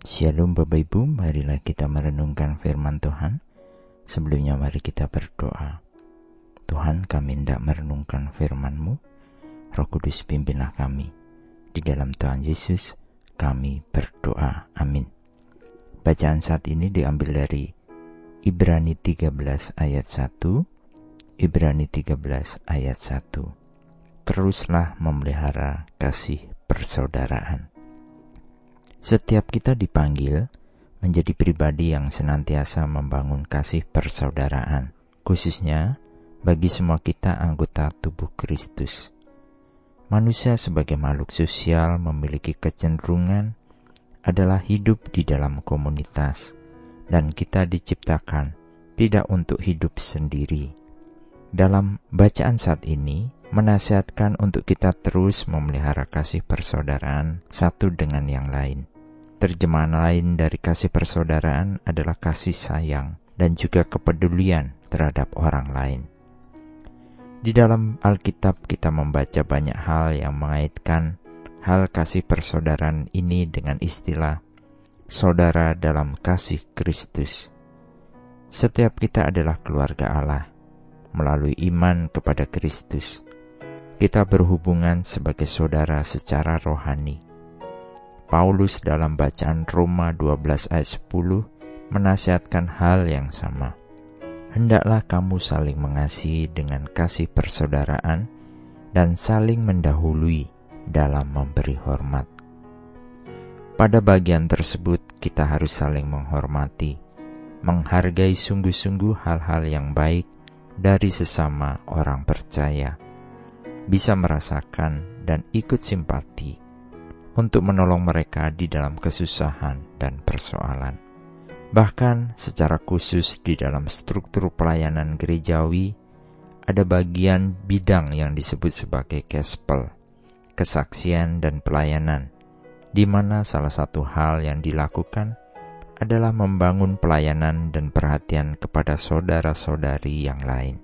Shalom Bapak Ibu, marilah kita merenungkan firman Tuhan. Sebelumnya mari kita berdoa. Tuhan, kami hendak merenungkan firman-Mu. Roh Kudus, pimpinlah kami. Di dalam Tuhan Yesus kami berdoa. Amin. Bacaan saat ini diambil dari Ibrani 13 ayat 1. Ibrani 13 ayat 1. Teruslah memelihara kasih persaudaraan. Setiap kita dipanggil menjadi pribadi yang senantiasa membangun kasih persaudaraan, khususnya bagi semua kita anggota tubuh Kristus. Manusia sebagai makhluk sosial memiliki kecenderungan adalah hidup di dalam komunitas, dan kita diciptakan tidak untuk hidup sendiri. Dalam bacaan saat ini, menasihatkan untuk kita terus memelihara kasih persaudaraan satu dengan yang lain. Terjemahan lain dari kasih persaudaraan adalah kasih sayang dan juga kepedulian terhadap orang lain. Di dalam Alkitab kita membaca banyak hal yang mengaitkan hal kasih persaudaraan ini dengan istilah saudara dalam kasih Kristus. Setiap kita adalah keluarga Allah. Melalui iman kepada Kristus, kita berhubungan sebagai saudara secara rohani. Paulus dalam bacaan Roma 12 ayat 10 menasihatkan hal yang sama. Hendaklah kamu saling mengasihi dengan kasih persaudaraan dan saling mendahului dalam memberi hormat. Pada bagian tersebut kita harus saling menghormati, menghargai sungguh-sungguh hal-hal yang baik dari sesama orang percaya, bisa merasakan dan ikut simpati untuk menolong mereka di dalam kesusahan dan persoalan. Bahkan secara khusus di dalam struktur pelayanan gerejawi, ada bagian bidang yang disebut sebagai gospel, kesaksian dan pelayanan, di mana salah satu hal yang dilakukan adalah membangun pelayanan dan perhatian kepada saudara-saudari yang lain.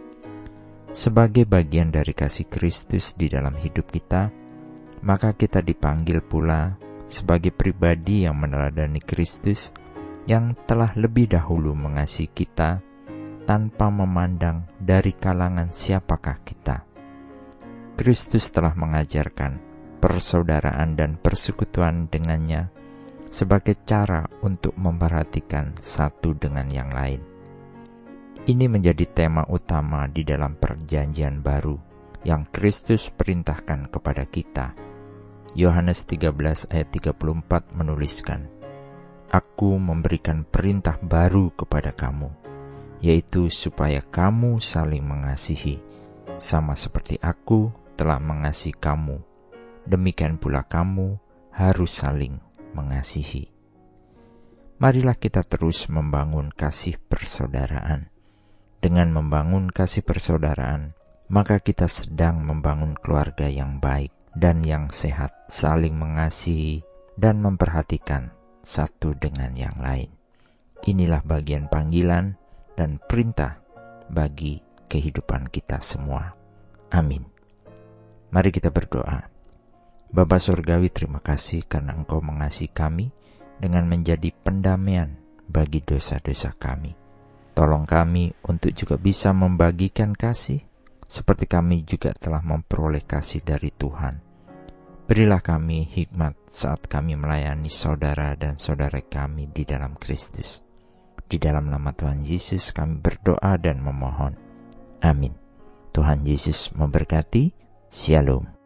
Sebagai bagian dari kasih Kristus di dalam hidup kita, maka kita dipanggil pula sebagai pribadi yang meneladani Kristus yang telah lebih dahulu mengasihi kita tanpa memandang dari kalangan siapakah kita. Kristus telah mengajarkan persaudaraan dan persekutuan dengannya sebagai cara untuk memperhatikan satu dengan yang lain. Ini menjadi tema utama di dalam perjanjian baru yang Kristus perintahkan kepada kita. Yohanes 13 ayat 34 menuliskan, Aku memberikan perintah baru kepada kamu, yaitu supaya kamu saling mengasihi, sama seperti aku telah mengasihi kamu. Demikian pula kamu harus saling mengasihi. Marilah kita terus membangun kasih persaudaraan. Dengan membangun kasih persaudaraan, maka kita sedang membangun keluarga yang baik dan yang sehat, saling mengasihi dan memperhatikan satu dengan yang lain. Inilah bagian panggilan dan perintah bagi kehidupan kita semua. Amin. Mari kita berdoa. Bapa Surgawi, terima kasih karena Engkau mengasihi kami dengan menjadi pendamaian bagi dosa-dosa kami. Tolong kami untuk juga bisa membagikan kasih, seperti kami juga telah memperoleh kasih dari Tuhan. Berilah kami hikmat saat kami melayani saudara dan saudara kami di dalam Kristus. Di dalam nama Tuhan Yesus kami berdoa dan memohon. Amin. Tuhan Yesus memberkati. Shalom.